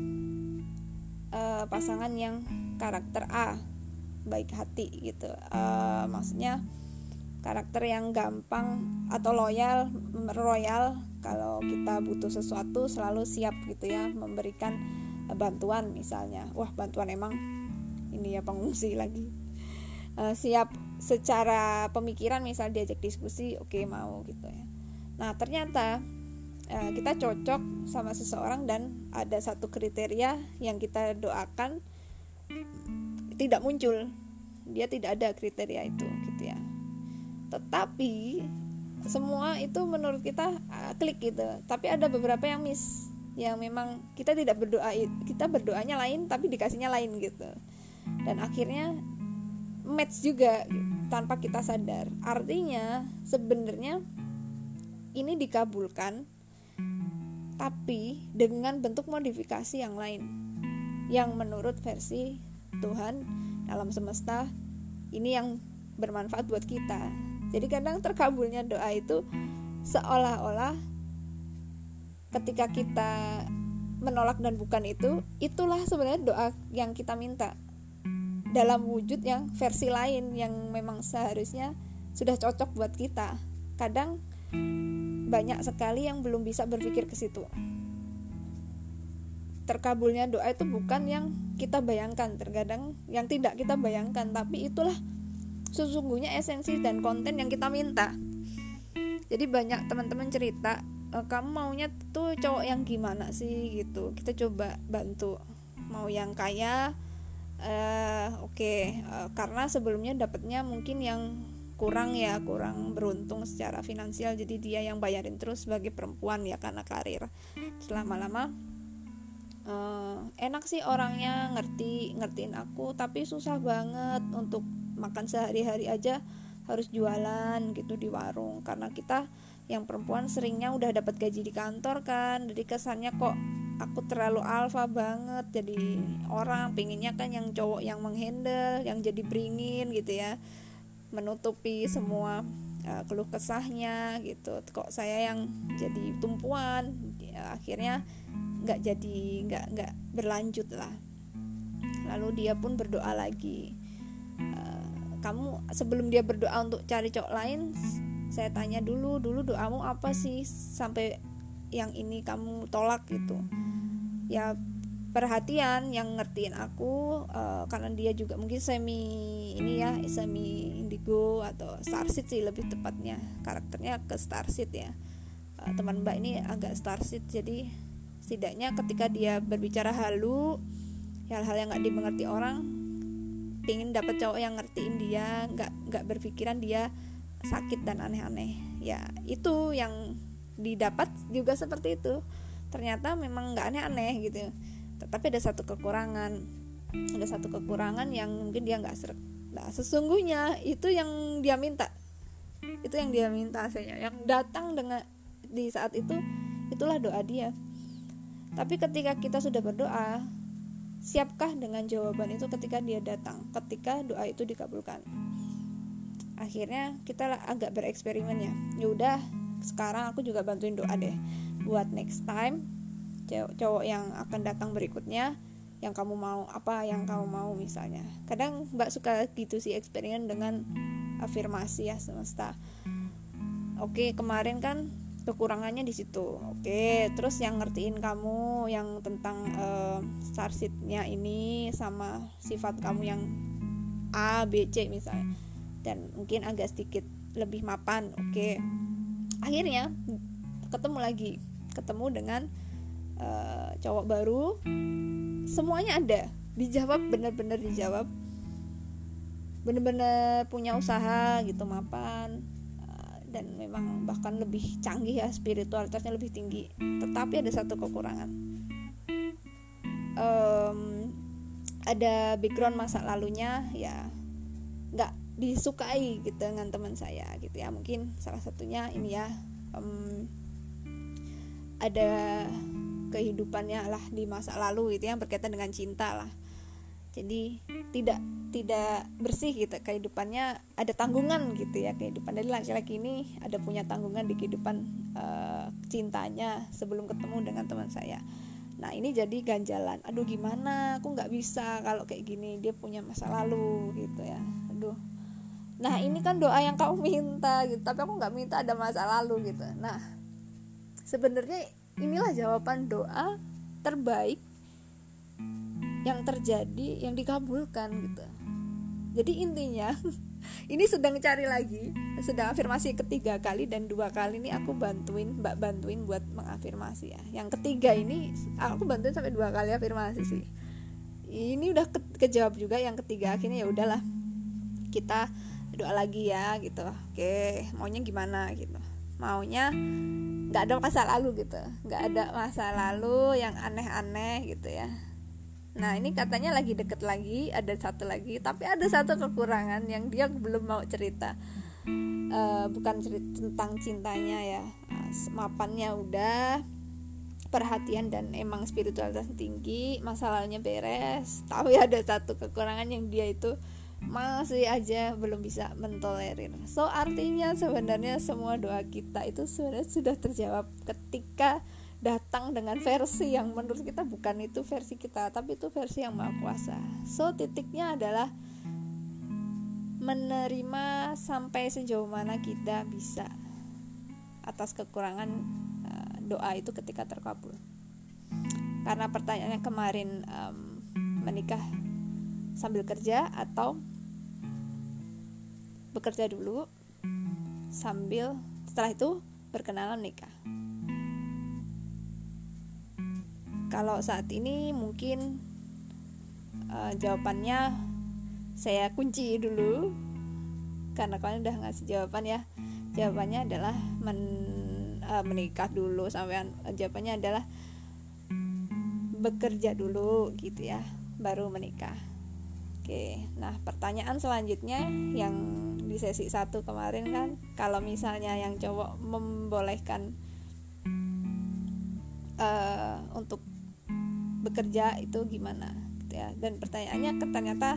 uh, pasangan yang karakter A, baik hati gitu, uh, maksudnya karakter yang gampang atau loyal, royal, kalau kita butuh sesuatu selalu siap gitu ya, memberikan uh, bantuan misalnya. Wah, bantuan emang ini ya pengungsi lagi. Uh, siap secara pemikiran, misal diajak diskusi, oke okay, mau gitu ya. Nah, ternyata uh, kita cocok sama seseorang dan ada satu kriteria yang kita doakan tidak muncul, dia tidak ada kriteria itu gitu ya. Tetapi semua itu menurut kita uh, klik gitu. Tapi ada beberapa yang miss, yang memang kita tidak berdoa, kita berdoanya lain tapi dikasihnya lain gitu. Dan akhirnya match juga gitu, tanpa kita sadar. Artinya sebenarnya ini dikabulkan tapi dengan bentuk modifikasi yang lain, yang menurut versi Tuhan alam semesta ini yang bermanfaat buat kita. Jadi kadang terkabulnya doa itu seolah-olah ketika kita menolak dan bukan itu, itulah sebenarnya doa yang kita minta dalam wujud yang versi lain yang memang seharusnya sudah cocok buat kita. Kadang banyak sekali yang belum bisa berpikir ke situ. Terkabulnya doa itu bukan yang kita bayangkan, terkadang yang tidak kita bayangkan, tapi itulah sesungguhnya esensi dan konten yang kita minta. Jadi banyak teman-teman cerita, e, kamu maunya tuh cowok yang gimana sih gitu. Kita coba bantu. Mau yang kaya, uh, oke, okay. uh, karena sebelumnya dapatnya mungkin yang kurang ya, kurang beruntung secara finansial, jadi dia yang bayarin terus sebagai perempuan ya karena karir. Selama-lama uh, enak sih orangnya, ngerti ngertiin aku, tapi susah banget untuk makan sehari-hari aja harus jualan gitu di warung, karena kita yang perempuan seringnya udah dapat gaji di kantor kan, jadi kesannya kok aku terlalu alfa banget, jadi orang pinginnya kan yang cowok yang menghandle, yang jadi beringin gitu ya, menutupi semua uh, keluh kesahnya gitu. Kok saya yang jadi tumpuan, ya, akhirnya nggak jadi nggak nggak berlanjut lah. Lalu dia pun berdoa lagi. Uh, kamu sebelum dia berdoa untuk cari cowok lain, saya tanya dulu dulu doamu apa sih sampai yang ini kamu tolak gitu. Ya perhatian, yang ngertiin aku uh, karena dia juga mungkin semi ini ya, semi indigo atau starseed sih lebih tepatnya, karakternya ke starseed ya. Uh, teman Mbak ini agak starseed, jadi setidaknya ketika dia berbicara halu, hal-hal yang nggak dimengerti orang, pengen dapet cowok yang ngertiin dia, nggak nggak berpikiran dia sakit dan aneh-aneh. Ya itu yang didapat juga seperti itu. Ternyata memang nggak aneh-aneh gitu. Tetapi ada satu kekurangan, ada satu kekurangan yang mungkin dia nggak serk. Nah, sesungguhnya itu yang dia minta, itu yang dia minta saya, yang datang dengan di saat itu, itulah doa dia. Tapi ketika kita sudah berdoa, siapkah dengan jawaban itu ketika dia datang, ketika doa itu dikabulkan? Akhirnya kita agak bereksperimen ya. Ya udah, sekarang aku juga bantuin doa deh buat next time cowok yang akan datang berikutnya, yang kamu mau apa, yang kamu mau misalnya. Kadang Mbak suka gitu sih eksperimen dengan afirmasi ya semesta. Oke, kemarin kan kekurangannya di situ. Oke, terus yang ngertiin kamu yang tentang uh, starseed-nya ini sama sifat kamu yang A, B, C misalnya, dan mungkin agak sedikit lebih mapan. Oke, akhirnya ketemu lagi, ketemu dengan uh, cowok baru, semuanya ada, dijawab, benar-benar dijawab, benar-benar punya usaha gitu, mapan, uh, dan memang bahkan lebih canggih ya, spiritualitasnya lebih tinggi. Tetapi ada satu kekurangan, um, ada background masa lalunya ya nggak disukai gitu dengan teman saya gitu ya. Mungkin salah satunya ini ya, um, ada kehidupannya lah di masa lalu gitu yang berkaitan dengan cinta lah. Jadi tidak tidak bersih gitu kehidupannya, ada tanggungan gitu ya kehidupan dari laki-laki ini, ada punya tanggungan di kehidupan uh, cintanya sebelum ketemu dengan teman saya. Nah ini jadi ganjalan, aduh gimana aku nggak bisa kalau kayak gini, dia punya masa lalu gitu ya, aduh. Nah ini kan doa yang kau minta gitu, tapi aku nggak minta ada masa lalu gitu. Nah sebenarnya inilah jawaban doa terbaik yang terjadi, yang dikabulkan gitu. Jadi intinya ini sedang cari lagi, sedang afirmasi ketiga kali, dan dua kali ini aku bantuin Mbak bantuin buat mengafirmasi ya. Yang ketiga ini aku bantuin sampai dua kali afirmasi sih. Ini udah ke, kejawab juga. Yang ketiga akhirnya ya udahlah kita doa lagi ya gitu. Oke, maunya gimana gitu. Maunya nggak ada masa lalu gitu, nggak ada masa lalu yang aneh-aneh gitu ya. Nah ini katanya lagi deket lagi, ada satu lagi, tapi ada satu kekurangan yang dia belum mau cerita. Uh, bukan cerita tentang cintanya ya, mapannya udah, perhatian dan emang spiritualitas tinggi, masalahnya beres, tapi ada satu kekurangan yang dia itu masih aja belum bisa mentolerir. So artinya sebenarnya semua doa kita itu sebenarnya sudah terjawab ketika datang dengan versi yang menurut kita bukan itu versi kita, tapi itu versi yang Maha Kuasa. So titiknya adalah menerima sampai sejauh mana kita bisa atas kekurangan uh, doa itu ketika terkabul. Karena pertanyaannya kemarin, um, menikah sambil kerja atau bekerja dulu sambil setelah itu berkenalan nikah. Kalau saat ini mungkin uh, jawabannya saya kunci dulu karena kalian udah ngasih jawaban ya. Jawabannya adalah men, uh, menikah dulu, sampai uh, jawabannya adalah bekerja dulu gitu ya, baru menikah. Oke, nah pertanyaan selanjutnya yang di sesi satu kemarin kan, kalau misalnya yang cowok membolehkan uh, untuk bekerja itu gimana gitu ya. Dan pertanyaannya ternyata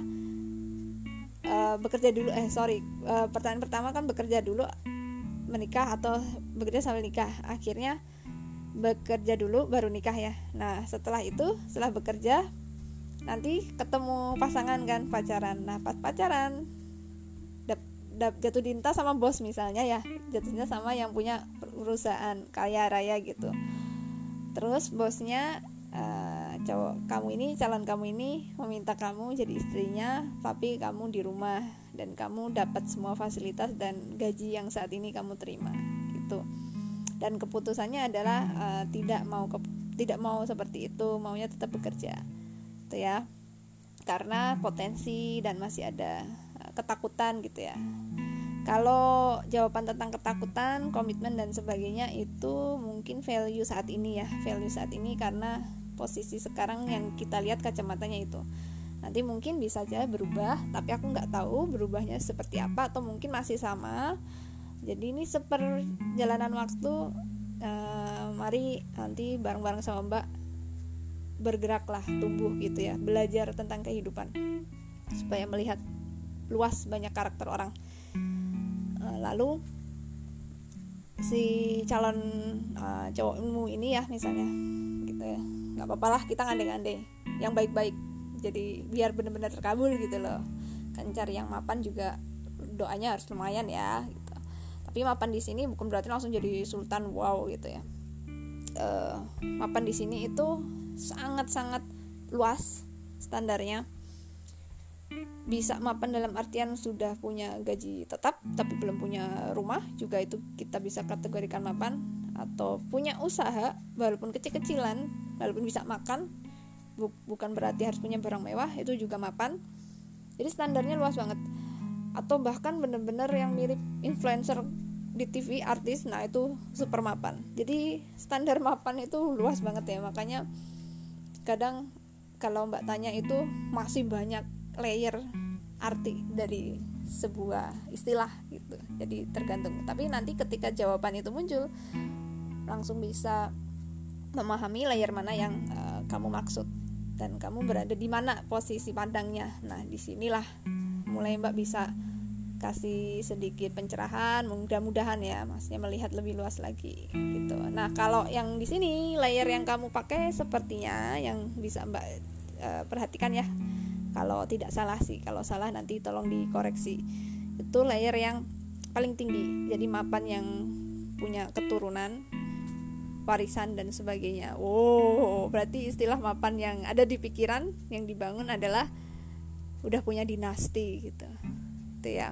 uh, bekerja dulu eh sorry uh, pertanyaan pertama kan bekerja dulu menikah atau bekerja sambil nikah. Akhirnya bekerja dulu baru nikah ya. Nah setelah itu, setelah bekerja nanti ketemu pasangan kan, pacaran. Nah pas pacaran dap, dap, jatuh cinta sama bos misalnya ya, jatuh cinta sama yang punya perusahaan kaya raya gitu. Terus bosnya uh, cowok kamu ini, calon kamu ini meminta kamu jadi istrinya, tapi kamu di rumah dan kamu dapat semua fasilitas dan gaji yang saat ini kamu terima gitu. Dan keputusannya adalah uh, tidak mau ke, tidak mau seperti itu, maunya tetap bekerja gitu ya, karena potensi dan masih ada uh, ketakutan gitu ya. Kalau jawaban tentang ketakutan, komitmen dan sebagainya itu mungkin value saat ini ya, value saat ini karena posisi sekarang yang kita lihat kacamatanya itu. Nanti mungkin bisa aja berubah, tapi aku nggak tahu berubahnya seperti apa atau mungkin masih sama. Jadi ini seperjalanan waktu, uh, mari nanti bareng-bareng sama Mbak bergeraklah, tumbuh gitu ya, belajar tentang kehidupan supaya melihat luas banyak karakter orang. Uh, lalu si calon uh, cowokmu ini ya misalnya gitu ya, nggak apa-apa lah kita ngandeng-ngandeng yang baik-baik, jadi biar benar-benar terkabul gitu loh. Kan cari yang mapan juga doanya harus lumayan ya gitu. Tapi mapan di sini bukan berarti langsung jadi sultan wow gitu ya. Uh, mapan di sini itu sangat-sangat luas standarnya. Bisa mapan dalam artian sudah punya gaji tetap tapi belum punya rumah, juga itu kita bisa kategorikan mapan. Atau punya usaha walaupun kecil-kecilan, walaupun bisa makan, bukan berarti harus punya barang mewah, itu juga mapan. Jadi standarnya luas banget. Atau bahkan benar-benar yang mirip influencer di T V, artis, nah itu super mapan. Jadi standar mapan itu luas banget ya. Makanya kadang kalau Mbak tanya itu masih banyak layer arti dari sebuah istilah gitu. Jadi tergantung. Tapi nanti ketika jawaban itu muncul, langsung bisa memahami layer mana yang uh, kamu maksud dan kamu berada di mana posisi pandangnya. Nah, disinilah mulai Mbak bisa kasih sedikit pencerahan, mudah-mudahan ya, maksudnya melihat lebih luas lagi gitu. Nah, kalau yang di sini layer yang kamu pakai sepertinya yang bisa Mbak uh, perhatikan ya. Kalau tidak salah sih, kalau salah nanti tolong dikoreksi. Itu layer yang paling tinggi. Jadi mapan yang punya keturunan, warisan dan sebagainya. Wow, berarti istilah mapan yang ada di pikiran yang dibangun adalah udah punya dinasti gitu. Itu ya.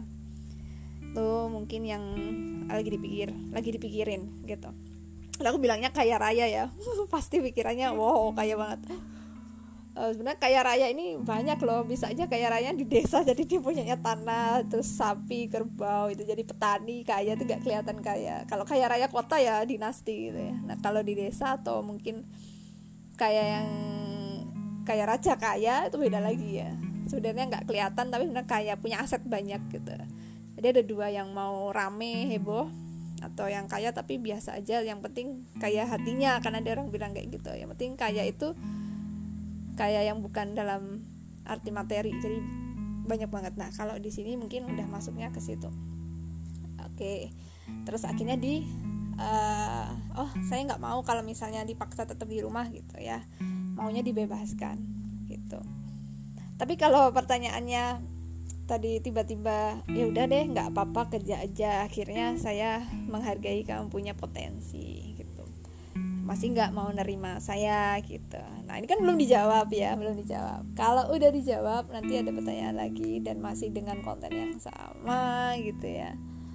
Tuh mungkin yang lagi dipikir, lagi dipikirin gitu. Lalu aku bilangnya kaya raya ya. Pasti pikirannya wow, kaya banget. Uh, sebenarnya kaya raya ini banyak loh, bisa aja kaya raya di desa, jadi dia punyanya tanah, terus sapi, kerbau, itu jadi petani kaya, itu gak kelihatan kaya. Kalau kaya raya kota ya dinasti gitu ya. Nah kalau di desa atau mungkin kaya yang kaya raja kaya itu beda lagi ya. Sebenarnya nggak kelihatan tapi sebenarnya kaya, punya aset banyak gitu. Jadi ada dua, yang mau rame heboh atau yang kaya tapi biasa aja, yang penting kaya hatinya, karena ada orang bilang kayak gitu. Yang penting kaya itu kaya yang bukan dalam arti materi, jadi banyak banget. Nah kalau di sini mungkin udah masuknya ke situ. Oke, terus akhirnya di uh, oh saya nggak mau kalau misalnya dipaksa tetap di rumah gitu ya, maunya dibebaskan gitu. Tapi kalau pertanyaannya tadi tiba-tiba ya udah deh nggak apa-apa kerja aja, akhirnya saya menghargai kamu punya potensi gitu, masih nggak mau nerima saya gitu. Nah ini kan belum dijawab ya, belum dijawab. Kalau udah dijawab nanti ada pertanyaan lagi dan masih dengan konten yang sama gitu ya.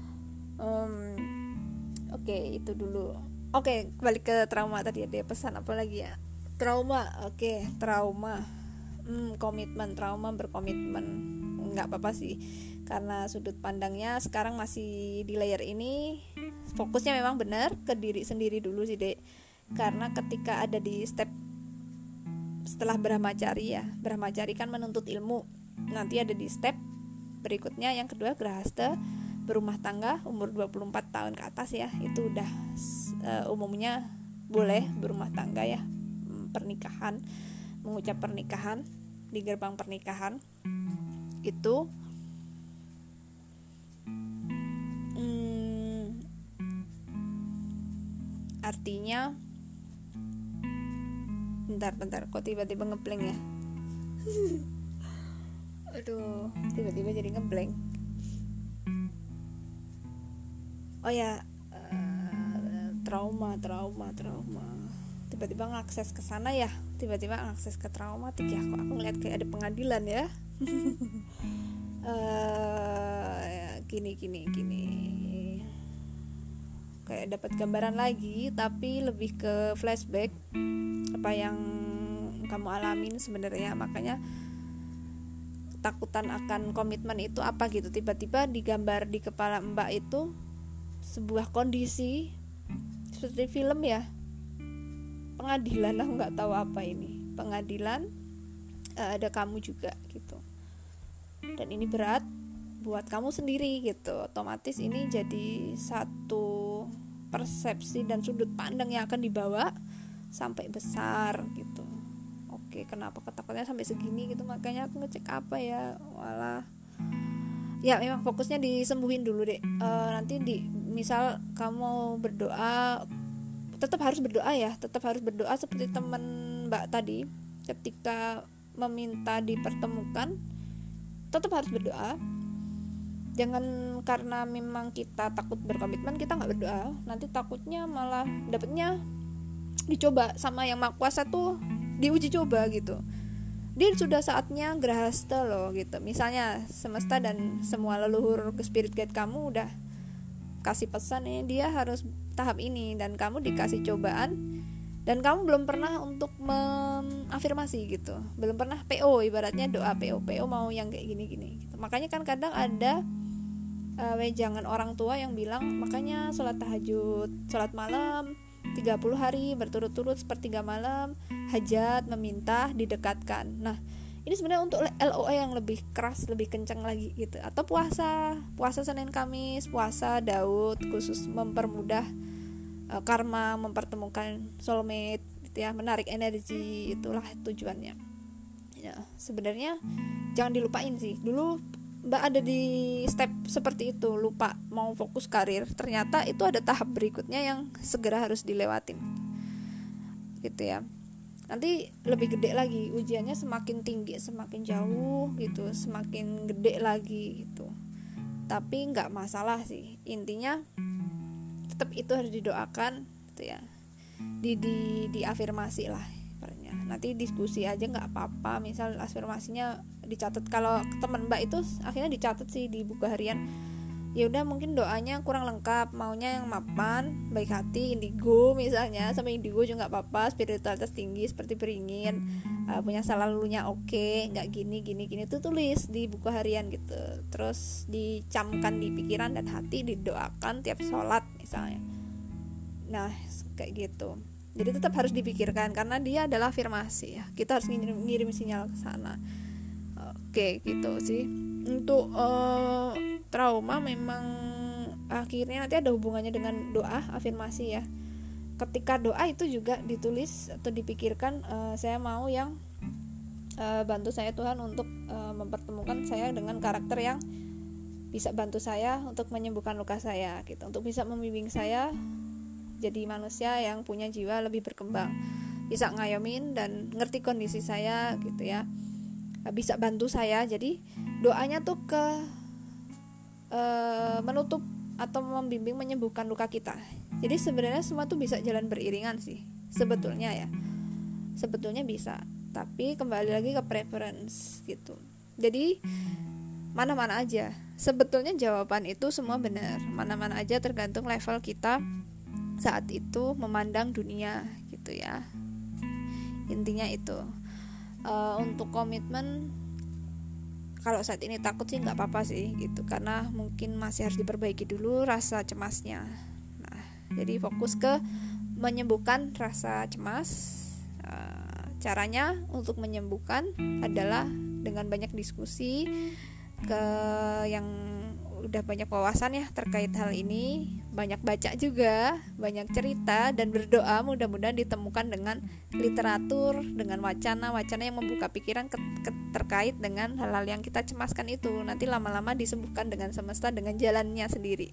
um, Oke okay, itu dulu. Oke okay, balik ke trauma tadi, ada pesan apa lagi ya? Trauma, oke okay, trauma, hmm, komitmen, trauma berkomitmen. Nggak apa-apa sih, karena sudut pandangnya sekarang masih di layer ini, fokusnya memang benar ke diri sendiri dulu sih dek. Karena ketika ada di step setelah brahmacari ya, brahmacari kan menuntut ilmu, nanti ada di step berikutnya yang kedua grahasta, berumah tangga umur dua puluh empat tahun ke atas ya, itu udah uh, umumnya boleh berumah tangga ya, pernikahan, mengucap pernikahan di gerbang pernikahan itu hmm, artinya bentar-bentar kok tiba-tiba ngeblank ya. Aduh, tiba-tiba jadi ngeblank. Oh ya, uh, trauma, trauma, trauma. Tiba-tiba ngakses ke sana ya, tiba-tiba ngakses ke traumatik ya. Kok aku ngeliat kayak ada pengadilan ya. uh, gini, gini, gini. Kayak dapat gambaran lagi, tapi lebih ke flashback apa yang kamu alamin sebenarnya. Makanya ketakutan akan komitmen itu apa gitu, tiba-tiba digambar di kepala Mbak itu sebuah kondisi seperti film ya, pengadilan, aku nggak tahu apa ini, pengadilan, uh, ada kamu juga gitu, dan ini berat buat kamu sendiri gitu. Otomatis ini jadi satu persepsi dan sudut pandang yang akan dibawa sampai besar gitu. Oke, kenapa ketakutannya sampai segini gitu, makanya aku ngecek apa ya, walah ya memang fokusnya disembuhin dulu deh. Uh, nanti di misal kamu berdoa, tetap harus berdoa ya, tetap harus berdoa seperti teman Mbak tadi, ketika meminta dipertemukan tetap harus berdoa. Jangan karena memang kita takut berkomitmen kita nggak berdoa, nanti takutnya malah dapetnya dicoba sama yang Maha Kuasa tuh, diuji coba gitu. Dia sudah saatnya grahasta loh gitu. Misalnya semesta dan semua leluhur ke spirit guide kamu udah kasih pesan nih, dia harus tahap ini, dan kamu dikasih cobaan dan kamu belum pernah untuk mengafirmasi gitu, belum pernah P O, ibaratnya doa P O, P O mau yang kayak gini-gini gitu. Makanya kan kadang ada uh, wejangan orang tua yang bilang, makanya sholat tahajud, sholat malam tiga puluh hari berturut-turut sepertiga malam, hajat, meminta, didekatkan. Nah, ini sebenarnya untuk L O A yang lebih keras, lebih kencang lagi gitu. Atau puasa, puasa Senin Kamis, puasa Daud khusus mempermudah uh, karma, mempertemukan soulmate gitu ya, menarik energi, itulah tujuannya. Ya, sebenarnya jangan dilupain sih. Dulu Mbak ada di step seperti itu, lupa mau fokus karir, ternyata itu ada tahap berikutnya yang segera harus dilewatin gitu ya. Nanti lebih gede lagi, ujiannya semakin tinggi, semakin jauh gitu, semakin gede lagi gitu. Tapi nggak masalah sih, intinya tetap itu harus didoakan gitu ya, di di diafirmasi lah. Nanti diskusi aja nggak apa-apa, misal afirmasinya dicatat. Kalau teman Mbak itu akhirnya dicatat sih di buku harian. Ya udah, mungkin doanya kurang lengkap, maunya yang mapan, baik hati, indigo misalnya, sama indigo juga nggak apa-apa, spiritualitas tinggi seperti beringin, uh, punya masa lalunya oke, okay, nggak gini gini gini, itu tulis di buku harian gitu, terus dicamkan di pikiran dan hati, didoakan tiap sholat misalnya. Nah kayak gitu. Jadi tetap harus dipikirkan karena dia adalah afirmasi ya. Kita harus ngirim, ngirim sinyal ke sana. Oke, gitu sih. Untuk uh, trauma memang akhirnya nanti ada hubungannya dengan doa, afirmasi ya. Ketika doa itu juga ditulis atau dipikirkan, uh, saya mau yang uh, bantu saya Tuhan untuk uh, mempertemukan saya dengan karakter yang bisa bantu saya untuk menyembuhkan luka saya gitu, untuk bisa membimbing saya jadi manusia yang punya jiwa lebih berkembang, bisa ngayomin dan ngerti kondisi saya gitu ya, bisa bantu saya. Jadi doanya tuh ke e, menutup atau membimbing menyembuhkan luka kita. Jadi sebenarnya semua tuh bisa jalan beriringan sih sebetulnya ya, sebetulnya bisa, tapi kembali lagi ke preference gitu. Jadi mana-mana aja sebetulnya jawaban itu semua benar, mana-mana aja tergantung level kita saat itu memandang dunia gitu ya. Intinya itu. Uh, untuk komitmen, kalau saat ini takut sih nggak apa-apa sih gitu, karena mungkin masih harus diperbaiki dulu rasa cemasnya. Nah, jadi fokus ke menyembuhkan rasa cemas. Uh, caranya untuk menyembuhkan adalah dengan banyak diskusi ke yang udah banyak wawasan ya terkait hal ini, banyak baca juga, banyak cerita, dan berdoa mudah-mudahan ditemukan dengan literatur, dengan wacana-wacana yang membuka pikiran ke, ke, terkait dengan hal-hal yang kita cemaskan itu. Nanti lama-lama disembuhkan dengan semesta, dengan jalannya sendiri.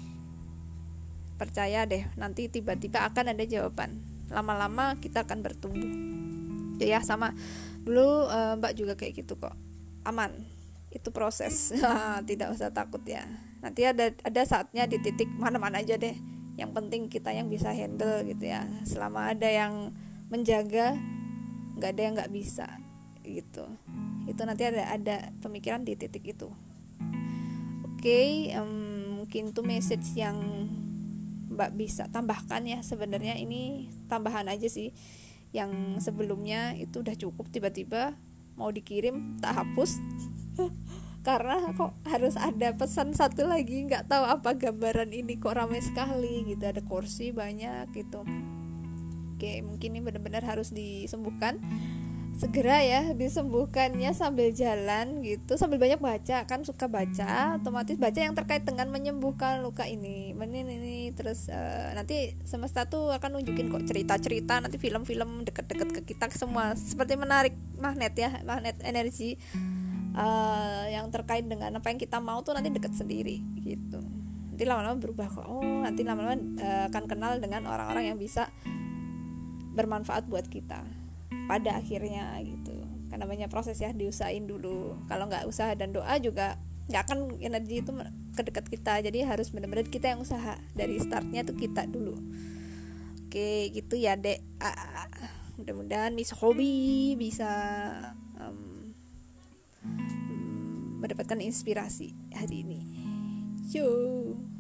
Percaya deh, nanti tiba-tiba akan ada jawaban. Lama-lama kita akan bertumbuh. Ya sama dulu uh, Mbak juga kayak gitu kok, aman. Itu proses, tidak usah takut ya. Nanti ada ada saatnya di titik mana-mana aja deh. Yang penting kita yang bisa handle gitu ya. Selama ada yang menjaga, nggak ada yang nggak bisa gitu. Itu nanti ada ada pemikiran di titik itu. Oke, okay, um, mungkin itu message yang Mbak bisa tambahkan ya. Sebenarnya ini tambahan aja sih. Yang sebelumnya itu udah cukup, tiba-tiba mau dikirim tak hapus. Karena kok harus ada pesan satu lagi, nggak tahu apa gambaran ini kok ramai sekali gitu, ada kursi banyak gitu. Oke, mungkin ini benar-benar harus disembuhkan segera ya, disembuhkannya sambil jalan gitu, sambil banyak baca, kan suka baca, otomatis baca yang terkait dengan menyembuhkan luka ini, menin ini terus uh, nanti semesta tuh akan nunjukin kok cerita-cerita, nanti film-film deket-deket ke kita semua, seperti menarik magnet ya, magnet energi. Uh, yang terkait dengan apa yang kita mau tuh nanti deket sendiri gitu. Nanti lama-lama berubah kok. Oh, nanti lama-lama uh, akan kenal dengan orang-orang yang bisa bermanfaat buat kita pada akhirnya gitu. Karena banyak proses ya, diusahain dulu. Kalau nggak usaha dan doa juga nggak akan energi itu ke dekat kita. Jadi harus benar-benar kita yang usaha, dari startnya tuh kita dulu. Oke, gitu ya dek. Ah, mudah-mudahan Miss Hobi bisa um, mendapatkan inspirasi hari ini. Yo.